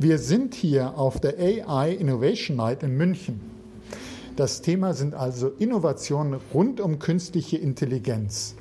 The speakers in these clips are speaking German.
Wir sind hier auf der AI Innovation Night in München. Das Thema sind also Innovationen rund um künstliche Intelligenz.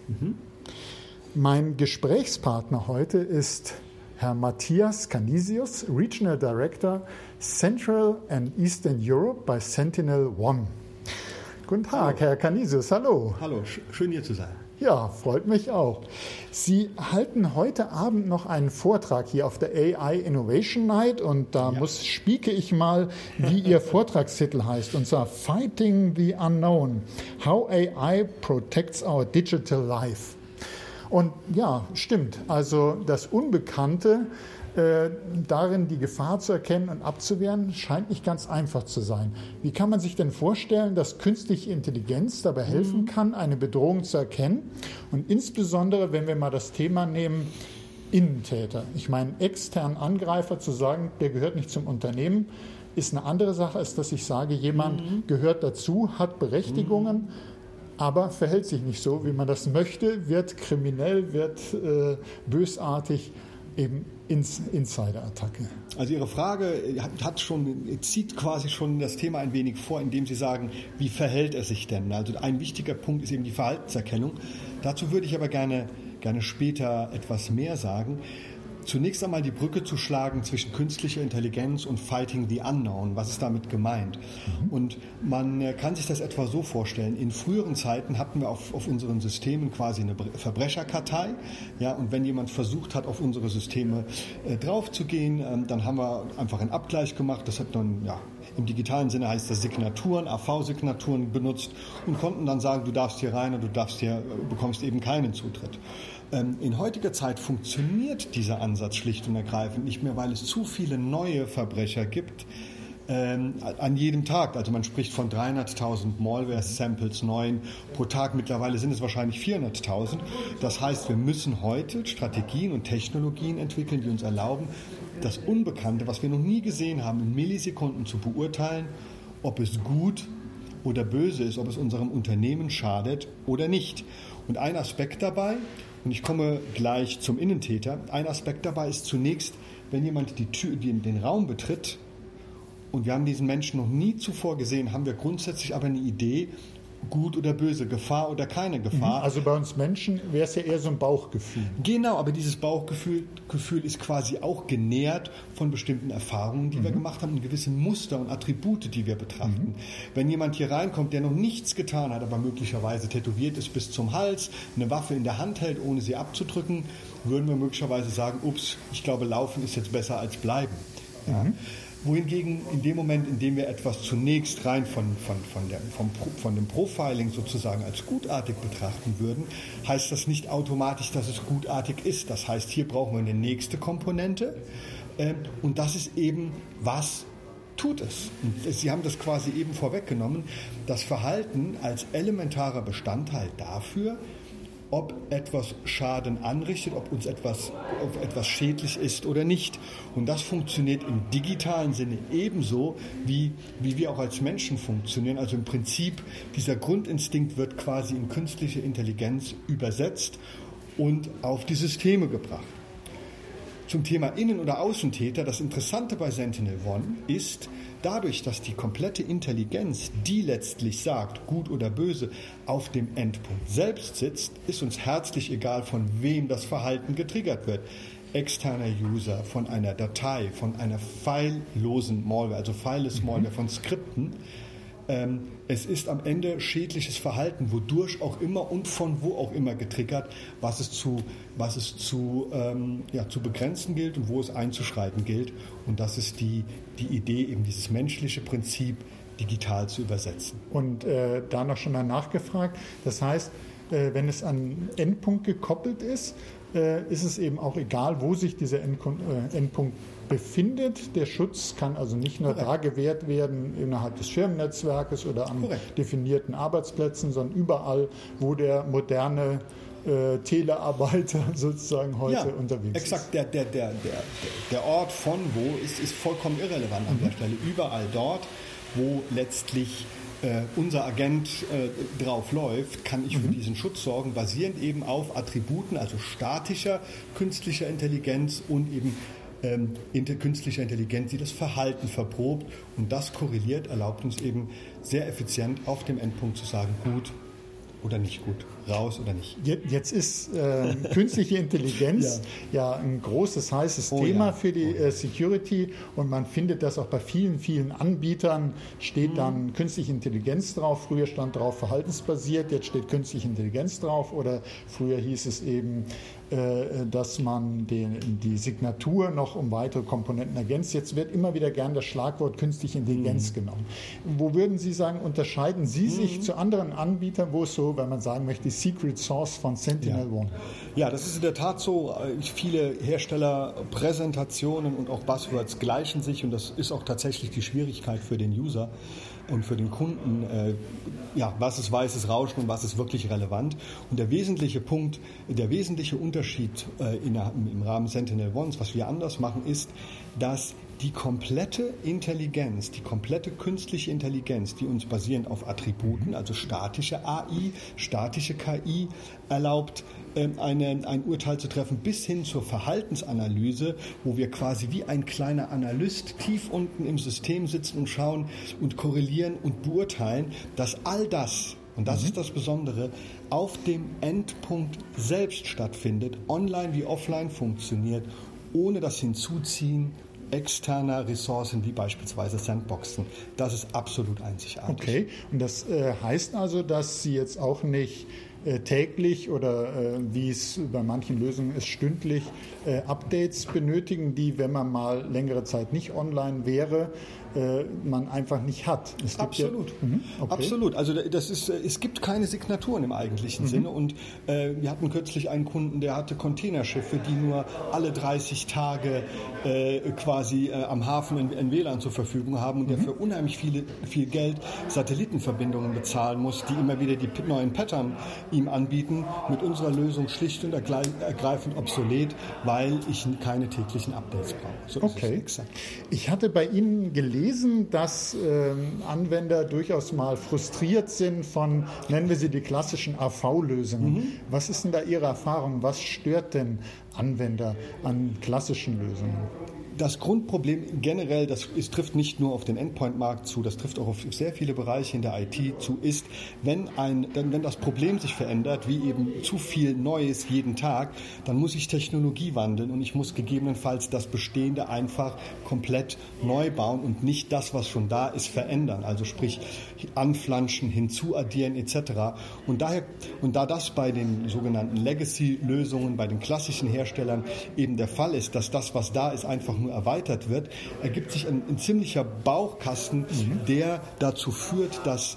Mein Gesprächspartner heute ist Herr Matthias Canisius, Regional Director Central and Eastern Europe bei SentinelOne. Guten Tag, hallo. Herr Canisius, hallo. Hallo, schön hier zu sein. Ja, freut mich auch. Sie halten heute Abend noch einen Vortrag hier auf der AI Innovation Night und da spieke ich mal, wie Ihr Vortragstitel heißt, und zwar Fighting the Unknown, How AI Protects Our Digital Life. Und ja, stimmt, also das Unbekannte, darin die Gefahr zu erkennen und abzuwehren, scheint nicht ganz einfach zu sein. Wie kann man sich denn vorstellen, dass künstliche Intelligenz dabei helfen kann, eine Bedrohung zu erkennen? Und insbesondere, wenn wir mal das Thema nehmen, Innentäter. Ich meine, externen Angreifer zu sagen, der gehört nicht zum Unternehmen, ist eine andere Sache, als dass ich sage, jemand gehört dazu, hat Berechtigungen, aber verhält sich nicht so, wie man das möchte, wird kriminell, wird bösartig, eben Insider-Attacke. Also Ihre Frage zieht quasi schon das Thema ein wenig vor, indem Sie sagen, wie verhält er sich denn? Also ein wichtiger Punkt ist eben die Verhaltenserkennung. Dazu würde ich aber gerne später etwas mehr sagen. Zunächst einmal die Brücke zu schlagen zwischen künstlicher Intelligenz und Fighting the Unknown. Was ist damit gemeint? Und man kann sich das etwa so vorstellen. In früheren Zeiten hatten wir auf unseren Systemen quasi eine Verbrecherkartei. Ja, und wenn jemand versucht hat, auf unsere Systeme draufzugehen, dann haben wir einfach einen Abgleich gemacht. Das hat dann, im digitalen Sinne heißt das Signaturen, AV-Signaturen benutzt und konnten dann sagen, du darfst hier rein und bekommst eben keinen Zutritt. In heutiger Zeit funktioniert dieser Ansatz schlicht und ergreifend nicht mehr, weil es zu viele neue Verbrecher gibt an jedem Tag. Also man spricht von 300.000 Malware-Samples neuen pro Tag. Mittlerweile sind es wahrscheinlich 400.000. Das heißt, wir müssen heute Strategien und Technologien entwickeln, die uns erlauben, das Unbekannte, was wir noch nie gesehen haben, in Millisekunden zu beurteilen, ob es gut oder böse ist, ob es unserem Unternehmen schadet oder nicht. Und ein Aspekt dabei, und ich komme gleich zum Innentäter, ein Aspekt dabei ist zunächst, wenn jemand den Raum betritt und wir haben diesen Menschen noch nie zuvor gesehen, haben wir grundsätzlich aber eine Idee, gut oder böse, Gefahr oder keine Gefahr. Also bei uns Menschen wäre es ja eher so ein Bauchgefühl. Genau, aber dieses Bauchgefühl ist quasi auch genährt von bestimmten Erfahrungen, die wir gemacht haben und gewissen Muster und Attribute, die wir betrachten. Wenn jemand hier reinkommt, der noch nichts getan hat, aber möglicherweise tätowiert ist bis zum Hals, eine Waffe in der Hand hält, ohne sie abzudrücken, würden wir möglicherweise sagen, ups, ich glaube, laufen ist jetzt besser als bleiben. Ja. Wohingegen in dem Moment, in dem wir etwas zunächst rein von dem Profiling sozusagen als gutartig betrachten würden, heißt das nicht automatisch, dass es gutartig ist. Das heißt, hier brauchen wir eine nächste Komponente und das ist eben, was tut es? Und Sie haben das quasi eben vorweggenommen, das Verhalten als elementarer Bestandteil dafür, ob etwas Schaden anrichtet, ob etwas schädlich ist oder nicht. Und das funktioniert im digitalen Sinne ebenso, wie wir auch als Menschen funktionieren. Also im Prinzip, dieser Grundinstinkt wird quasi in künstliche Intelligenz übersetzt und auf die Systeme gebracht. Zum Thema Innen- oder Außentäter, das Interessante bei SentinelOne ist, dadurch, dass die komplette Intelligenz, die letztlich sagt, gut oder böse, auf dem Endpunkt selbst sitzt, ist uns herzlich egal, von wem das Verhalten getriggert wird. Externer User, von einer Datei, von einer filelosen Malware, also fileless Malware, von Skripten. Es ist am Ende schädliches Verhalten, wodurch auch immer und von wo auch immer getriggert, was es zu begrenzen gilt und wo es einzuschreiten gilt. Und das ist die Idee, eben dieses menschliche Prinzip digital zu übersetzen. Und da noch schon mal nachgefragt, das heißt, wenn es an Endpunkt gekoppelt ist es eben auch egal, wo sich dieser Endpunkt befindet. Der Schutz kann also nicht nur da gewährt werden innerhalb des Firmennetzwerkes oder an definierten Arbeitsplätzen, sondern überall, wo der moderne Telearbeiter sozusagen heute unterwegs ist. Exakt, der Ort von wo ist vollkommen irrelevant an der Stelle. Überall dort, wo letztlich unser Agent drauf läuft, kann ich für diesen Schutz sorgen, basierend eben auf Attributen, also statischer künstlicher Intelligenz und eben künstlicher Intelligenz, die das Verhalten verprobt. Und das korreliert, erlaubt uns eben sehr effizient auf dem Endpunkt zu sagen, gut oder nicht gut, raus oder nicht. Jetzt ist künstliche Intelligenz ja ein großes, heißes Thema für die Security, und man findet das auch bei vielen, vielen Anbietern, steht dann künstliche Intelligenz drauf. Früher stand drauf verhaltensbasiert, jetzt steht künstliche Intelligenz drauf, oder früher hieß es eben, dass man die Signatur noch um weitere Komponenten ergänzt. Jetzt wird immer wieder gern das Schlagwort künstliche Intelligenz genommen. Wo würden Sie sagen, unterscheiden Sie sich zu anderen Anbietern, wo es so, wenn man sagen möchte, die Secret Source von SentinelOne? Ja, das ist in der Tat so. Viele Herstellerpräsentationen und auch Buzzwords gleichen sich, und das ist auch tatsächlich die Schwierigkeit für den User und für den Kunden, was ist weißes Rauschen und was ist wirklich relevant. Und der wesentliche Punkt, der wesentliche Unterschied im Rahmen SentinelOne, was wir anders machen, ist, dass die komplette Intelligenz, die komplette künstliche Intelligenz, die uns basierend auf Attributen, also statische AI, statische KI, erlaubt, ein Urteil zu treffen, bis hin zur Verhaltensanalyse, wo wir quasi wie ein kleiner Analyst tief unten im System sitzen und schauen und korrelieren und beurteilen, dass all das, und das ist das Besondere, auf dem Endpunkt selbst stattfindet, online wie offline funktioniert, ohne das Hinzuziehen externer Ressourcen wie beispielsweise Sandboxen. Das ist absolut einzigartig. Okay, und das heißt also, dass Sie jetzt auch nicht täglich oder wie es bei manchen Lösungen ist, stündlich Updates benötigen, die, wenn man mal längere Zeit nicht online wäre, man einfach nicht hat. Absolut. Absolut. Also es gibt keine Signaturen im eigentlichen Sinne, und wir hatten kürzlich einen Kunden, der hatte Containerschiffe, die nur alle 30 Tage quasi am Hafen ein WLAN zur Verfügung haben, und der für unheimlich viel Geld Satellitenverbindungen bezahlen muss, die immer wieder die neuen Pattern ihm anbieten. Mit unserer Lösung schlicht und ergreifend obsolet, weil ich keine täglichen Updates brauche. So ist es exakt. Ich hatte bei Ihnen gelesen, dass Anwender durchaus mal frustriert sind von, nennen wir sie die klassischen AV-Lösungen. Was ist denn da Ihre Erfahrung? Was stört denn Anwender an klassischen Lösungen? Das Grundproblem generell, trifft nicht nur auf den Endpoint-Markt zu, das trifft auch auf sehr viele Bereiche in der IT zu, ist, wenn das Problem sich verändert, wie eben zu viel Neues jeden Tag, dann muss ich Technologie wandeln, und ich muss gegebenenfalls das Bestehende einfach komplett neu bauen und nicht das, was schon da ist, verändern. Also sprich anflanschen, hinzuaddieren etc. Und da das bei den sogenannten Legacy-Lösungen, bei den klassischen Herstellern eben der Fall ist, dass das, was da ist, einfach nur erweitert wird, ergibt sich ein ziemlicher Bauchkasten, der dazu führt, dass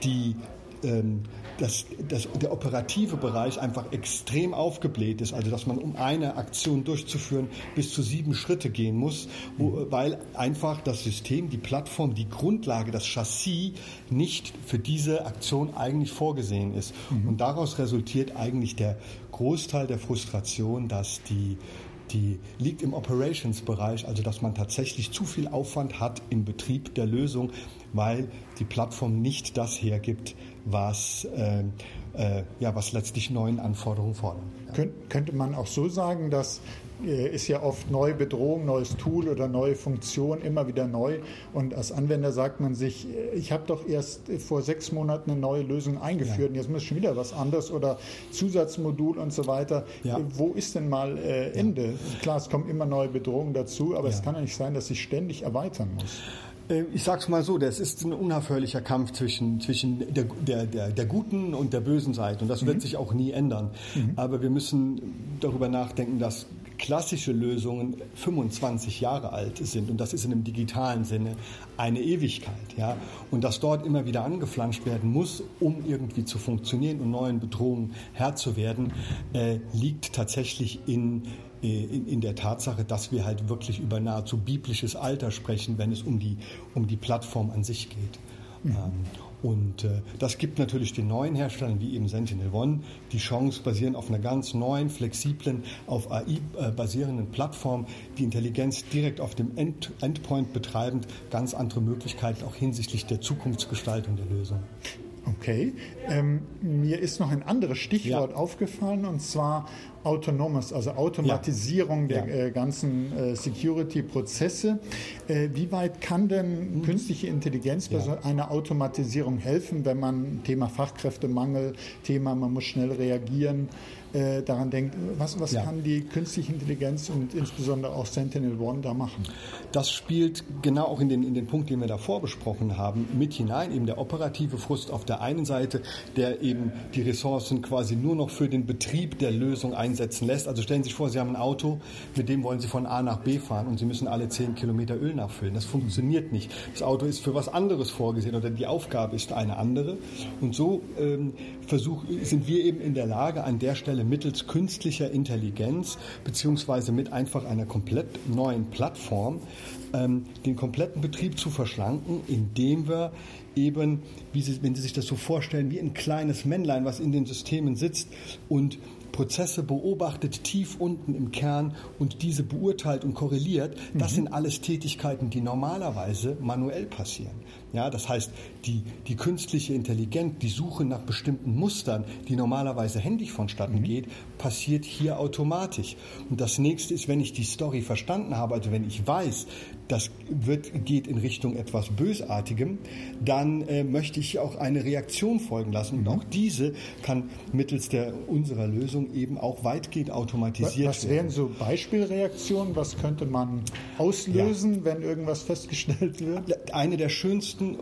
der operative Bereich einfach extrem aufgebläht ist, also dass man, um eine Aktion durchzuführen, bis zu 7 Schritte gehen muss, weil einfach das System, die Plattform, die Grundlage, das Chassis nicht für diese Aktion eigentlich vorgesehen ist. Und daraus resultiert eigentlich der Großteil der Frustration, dass die liegt im Operations-Bereich, also dass man tatsächlich zu viel Aufwand hat im Betrieb der Lösung, weil die Plattform nicht das hergibt, was letztlich neuen Anforderungen fordern. Ja. Könnte man auch so sagen, dass ist ja oft neue Bedrohung, neues Tool oder neue Funktion, immer wieder neu. Und als Anwender sagt man sich, ich habe doch erst vor 6 Monaten eine neue Lösung eingeführt und jetzt muss schon wieder was anderes oder Zusatzmodul und so weiter. Ja. Wo ist denn mal Ende? Ja. Klar, es kommen immer neue Bedrohungen dazu, aber es kann ja nicht sein, dass ich ständig erweitern muss. Ich sag's mal so, das ist ein unaufhörlicher Kampf zwischen der guten und der bösen Seite, und das wird sich auch nie ändern. Aber wir müssen darüber nachdenken, dass klassische Lösungen 25 Jahre alt sind, und das ist in einem digitalen Sinne eine Ewigkeit, ja, und dass dort immer wieder angeflanscht werden muss, um irgendwie zu funktionieren und neuen Bedrohungen Herr zu werden, liegt tatsächlich in der Tatsache, dass wir halt wirklich über nahezu biblisches Alter sprechen, wenn es um die Plattform an sich geht. Und das gibt natürlich den neuen Herstellern, wie eben SentinelOne, die Chance, basierend auf einer ganz neuen, flexiblen, auf AI basierenden Plattform, die Intelligenz direkt auf dem Endpoint betreibend, ganz andere Möglichkeiten auch hinsichtlich der Zukunftsgestaltung der Lösung. Okay, mir ist noch ein anderes Stichwort aufgefallen, und zwar Autonomous, also Automatisierung der ganzen Security-Prozesse. Wie weit kann denn künstliche Intelligenz bei so einer Automatisierung helfen, wenn man Thema Fachkräftemangel, man muss schnell reagieren, daran denkt, was kann die künstliche Intelligenz und insbesondere auch SentinelOne da machen? Das spielt genau auch in den Punkt, den wir davor besprochen haben, mit hinein, eben der operative Frust auf der einen Seite, der eben die Ressourcen quasi nur noch für den Betrieb der Lösung einsetzen lässt. Also stellen Sie sich vor, Sie haben ein Auto, mit dem wollen Sie von A nach B fahren und Sie müssen alle 10 Kilometer Öl nachfüllen. Das funktioniert nicht. Das Auto ist für was anderes vorgesehen oder die Aufgabe ist eine andere. Und so sind wir eben in der Lage, an der Stelle mittels künstlicher Intelligenz beziehungsweise mit einfach einer komplett neuen Plattform den kompletten Betrieb zu verschlanken, indem wir eben, wenn Sie sich das so vorstellen, wie ein kleines Männlein, was in den Systemen sitzt und Prozesse beobachtet, tief unten im Kern und diese beurteilt und korreliert. Das sind alles Tätigkeiten, die normalerweise manuell passieren. Ja, das heißt, die künstliche Intelligenz, die Suche nach bestimmten Mustern, die normalerweise händisch vonstatten geht, passiert hier automatisch. Und das nächste ist, wenn ich die Story verstanden habe, also wenn ich weiß, das geht in Richtung etwas Bösartigem, dann möchte ich auch eine Reaktion folgen lassen. Und auch diese kann mittels unserer Lösung eben auch weitgehend automatisiert werden. Was wären so Beispielreaktionen? Was könnte man auslösen, wenn irgendwas festgestellt wird? Eine der schönsten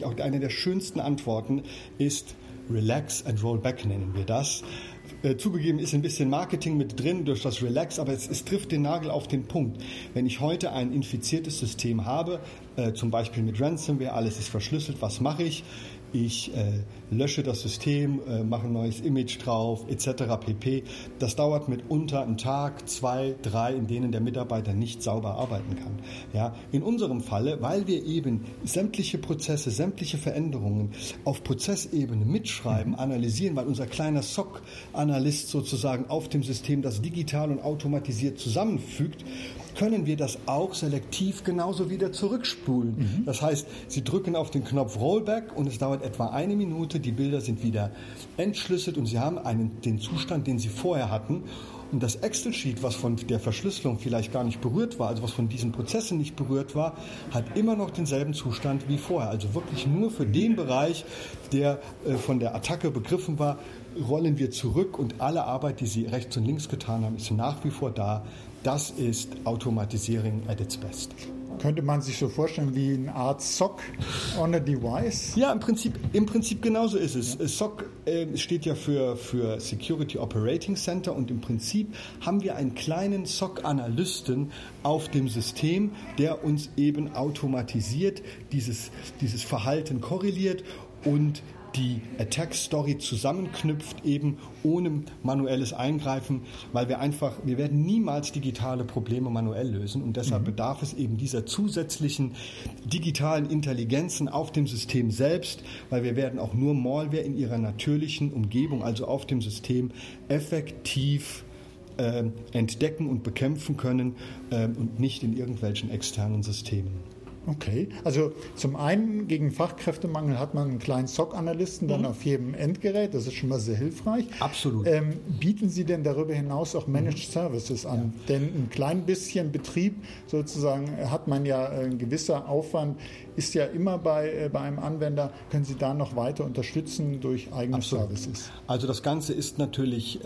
Antworten ist Relax and Roll Back, nennen wir das. Zugegeben ist ein bisschen Marketing mit drin durch das Relax, aber es trifft den Nagel auf den Punkt. Wenn ich heute ein infiziertes System habe, zum Beispiel mit Ransomware, alles ist verschlüsselt, was mache ich? Ich lösche das System, mache ein neues Image drauf, etc. pp. Das dauert mitunter einen Tag, 2, 3, in denen der Mitarbeiter nicht sauber arbeiten kann. Ja, in unserem Falle, weil wir eben sämtliche Prozesse, sämtliche Veränderungen auf Prozessebene mitschreiben, analysieren, weil unser kleiner SOC-Analyst sozusagen auf dem System das digital und automatisiert zusammenfügt, können wir das auch selektiv genauso wieder zurückspulen. Das heißt, Sie drücken auf den Knopf Rollback und es dauert etwa 1 Minute, die Bilder sind wieder entschlüsselt und Sie haben den Zustand, den Sie vorher hatten. Und das Excel-Sheet, was von der Verschlüsselung vielleicht gar nicht berührt war, also was von diesen Prozessen nicht berührt war, hat immer noch denselben Zustand wie vorher. Also wirklich nur für den Bereich, der von der Attacke begriffen war, rollen wir zurück und alle Arbeit, die Sie rechts und links getan haben, ist nach wie vor da. Das ist Automatisierung at its best. Könnte man sich so vorstellen wie eine Art SOC on a Device? Ja, im Prinzip genauso ist es. SOC steht ja für Security Operating Center und im Prinzip haben wir einen kleinen SOC-Analysten auf dem System, der uns eben automatisiert dieses Verhalten korreliert und die Attack-Story zusammenknüpft, eben ohne manuelles Eingreifen, weil wir werden niemals digitale Probleme manuell lösen und deshalb bedarf es eben dieser zusätzlichen digitalen Intelligenzen auf dem System selbst, weil wir werden auch nur Malware in ihrer natürlichen Umgebung, also auf dem System, effektiv entdecken und bekämpfen können und nicht in irgendwelchen externen Systemen. Okay, also zum einen gegen Fachkräftemangel hat man einen kleinen SOC-Analysten dann auf jedem Endgerät, das ist schon mal sehr hilfreich. Absolut. Bieten Sie denn darüber hinaus auch Managed Services an? Ja. Denn ein klein bisschen Betrieb sozusagen hat man ja, ein gewisser Aufwand ist ja immer bei einem Anwender. Können Sie da noch weiter unterstützen durch eigene Services? Also das Ganze ist natürlich,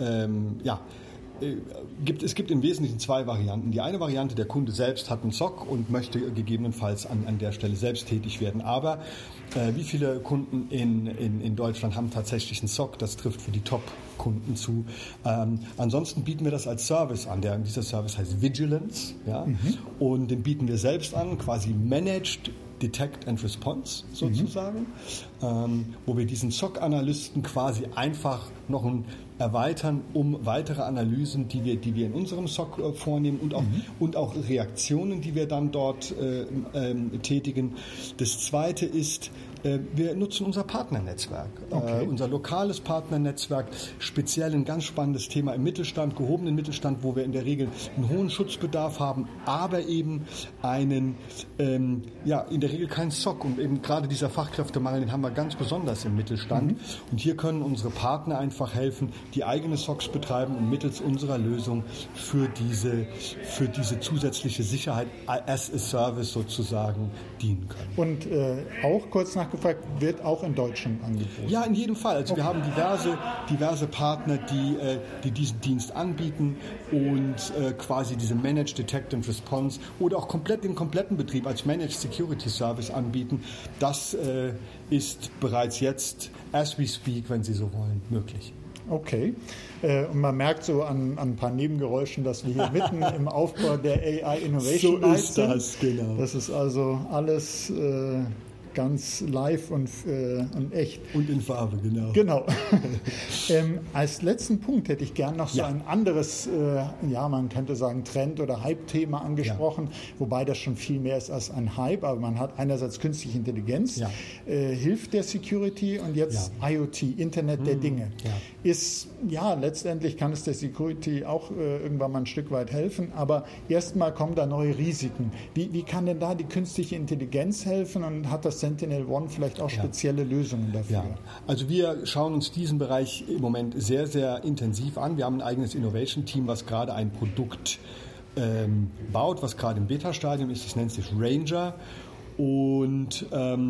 es gibt im Wesentlichen 2 Varianten. Die eine Variante, der Kunde selbst hat einen SOC und möchte gegebenenfalls an der Stelle selbst tätig werden. Aber wie viele Kunden in Deutschland haben tatsächlich einen SOC? Das trifft für die Top-Kunden zu. Ansonsten bieten wir das als Service an. Dieser Service heißt Vigilance. Ja? Und den bieten wir selbst an, quasi Managed Detect and Response sozusagen, wo wir diesen SOC-Analysten quasi einfach noch erweitern um weitere Analysen, die wir in unserem SOC vornehmen und auch Reaktionen, die wir dann dort tätigen. Das Zweite ist, wir nutzen unser Partnernetzwerk, unser lokales Partnernetzwerk, speziell ein ganz spannendes Thema im Mittelstand, gehobenen Mittelstand, wo wir in der Regel einen hohen Schutzbedarf haben, aber eben in der Regel keinen SOC und eben gerade dieser Fachkräftemangel, den haben wir ganz besonders im Mittelstand und hier können unsere Partner einfach einfach helfen, die eigene SOCs betreiben und mittels unserer Lösung für diese zusätzliche Sicherheit as a Service sozusagen dienen können. Und auch kurz nachgefragt, wird auch in Deutschland angeboten? Ja, in jedem Fall. Also wir haben diverse Partner, die diesen Dienst anbieten und quasi diese Managed Detect and Response oder auch den kompletten Betrieb als Managed Security Service anbieten. Das ist bereits jetzt, as we speak, wenn Sie so wollen, möglich. Okay. Und man merkt so an ein paar Nebengeräuschen, dass wir hier mitten im Aufbau der AI Innovation Night sind. So ist das, genau. Das ist also alles ganz live und echt. Und in Farbe, genau. Genau. Als letzten Punkt hätte ich gern noch so ein anderes, man könnte sagen Trend- oder Hype-Thema angesprochen, wobei das schon viel mehr ist als ein Hype, aber man hat einerseits künstliche Intelligenz, hilft der Security und jetzt IoT, Internet der Dinge. Ist, letztendlich kann es der Security auch irgendwann mal ein Stück weit helfen, aber erstmal kommen da neue Risiken. Wie kann denn da die künstliche Intelligenz helfen und hat das SentinelOne vielleicht auch spezielle Lösungen dafür? Ja. Also wir schauen uns diesen Bereich im Moment sehr, sehr intensiv an. Wir haben ein eigenes Innovation-Team, was gerade ein Produkt baut, was gerade im Beta-Stadium ist. Das nennt sich Ranger. Und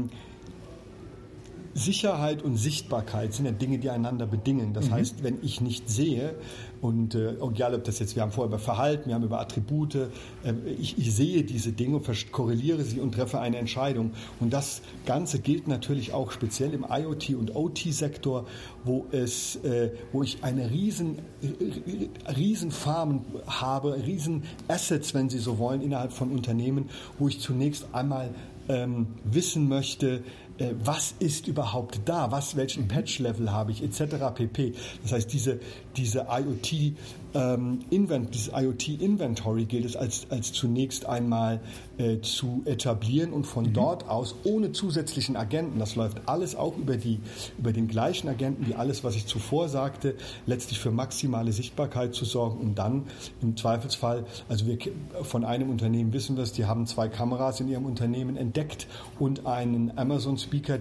Sicherheit und Sichtbarkeit sind ja Dinge, die einander bedingen. Das heißt, wenn ich nicht sehe, und egal ob das jetzt, wir haben vorher über Verhalten, wir haben über Attribute, ich sehe diese Dinge, korreliere sie und treffe eine Entscheidung. Und das Ganze gilt natürlich auch speziell im IoT- und OT-Sektor, wo ich eine riesen Farmen habe, riesen Assets, wenn Sie so wollen, innerhalb von Unternehmen, wo ich zunächst einmal wissen möchte, was ist überhaupt da, welchen Patch-Level habe ich, etc. pp. Das heißt, dieses IoT-Inventory gilt es als zunächst einmal zu etablieren und von dort aus ohne zusätzlichen Agenten, das läuft alles auch über den gleichen Agenten wie alles, was ich zuvor sagte, letztlich für maximale Sichtbarkeit zu sorgen, um dann im Zweifelsfall, also wir von einem Unternehmen wissen wir es, die haben 2 Kameras in ihrem Unternehmen entdeckt und einen Amazon-Speaker,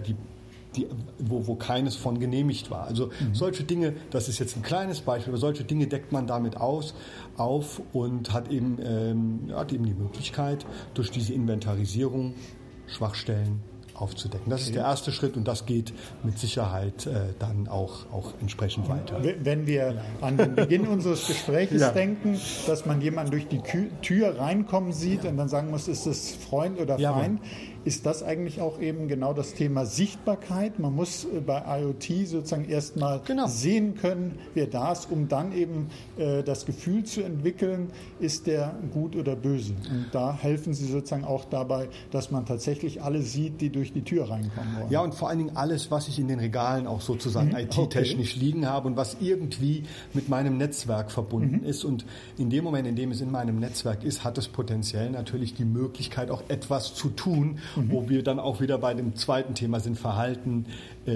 wo keines von genehmigt war. Also solche Dinge, das ist jetzt ein kleines Beispiel, aber solche Dinge deckt man damit auf und hat eben die Möglichkeit, durch diese Inventarisierung Schwachstellen aufzudecken. Das ist der erste Schritt und das geht mit Sicherheit dann auch entsprechend weiter. Wenn wir an den Beginn unseres Gesprächs denken, dass man jemanden durch die Tür reinkommen sieht und dann sagen muss, ist es Freund oder Feind, ist das eigentlich auch eben genau das Thema Sichtbarkeit. Man muss bei IoT sozusagen erstmal sehen können, wer da ist, um dann eben das Gefühl zu entwickeln, ist der gut oder böse. Und da helfen Sie sozusagen auch dabei, dass man tatsächlich alle sieht, die durch die Tür reinkommen wollen. Ja, und vor allen Dingen alles, was ich in den Regalen auch sozusagen IT-technisch liegen habe und was irgendwie mit meinem Netzwerk verbunden ist. Und in dem Moment, in dem es in meinem Netzwerk ist, hat es potenziell natürlich die Möglichkeit, auch etwas zu tun, wo wir dann auch wieder bei dem zweiten Thema sind, Verhalten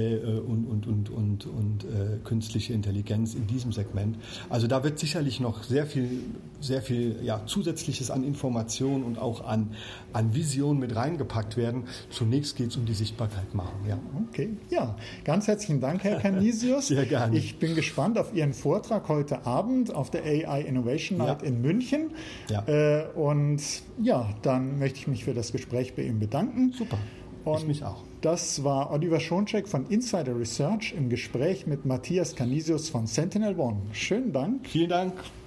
und künstliche Intelligenz in diesem Segment. Also da wird sicherlich noch sehr viel Zusätzliches an Informationen und auch an Vision mit reingepackt werden. Zunächst geht es um die Sichtbarkeit machen. Ja. Okay, ja, ganz herzlichen Dank, Herr Canisius. Sehr gerne. Ich bin gespannt auf Ihren Vortrag heute Abend auf der AI Innovation Night in München. Ja. Und dann möchte ich mich für das Gespräch bei Ihnen bedanken. Super. Und ich mich auch. Das war Oliver Schoncheck von Insider Research im Gespräch mit Matthias Canisius von SentinelOne. Schönen Dank. Vielen Dank.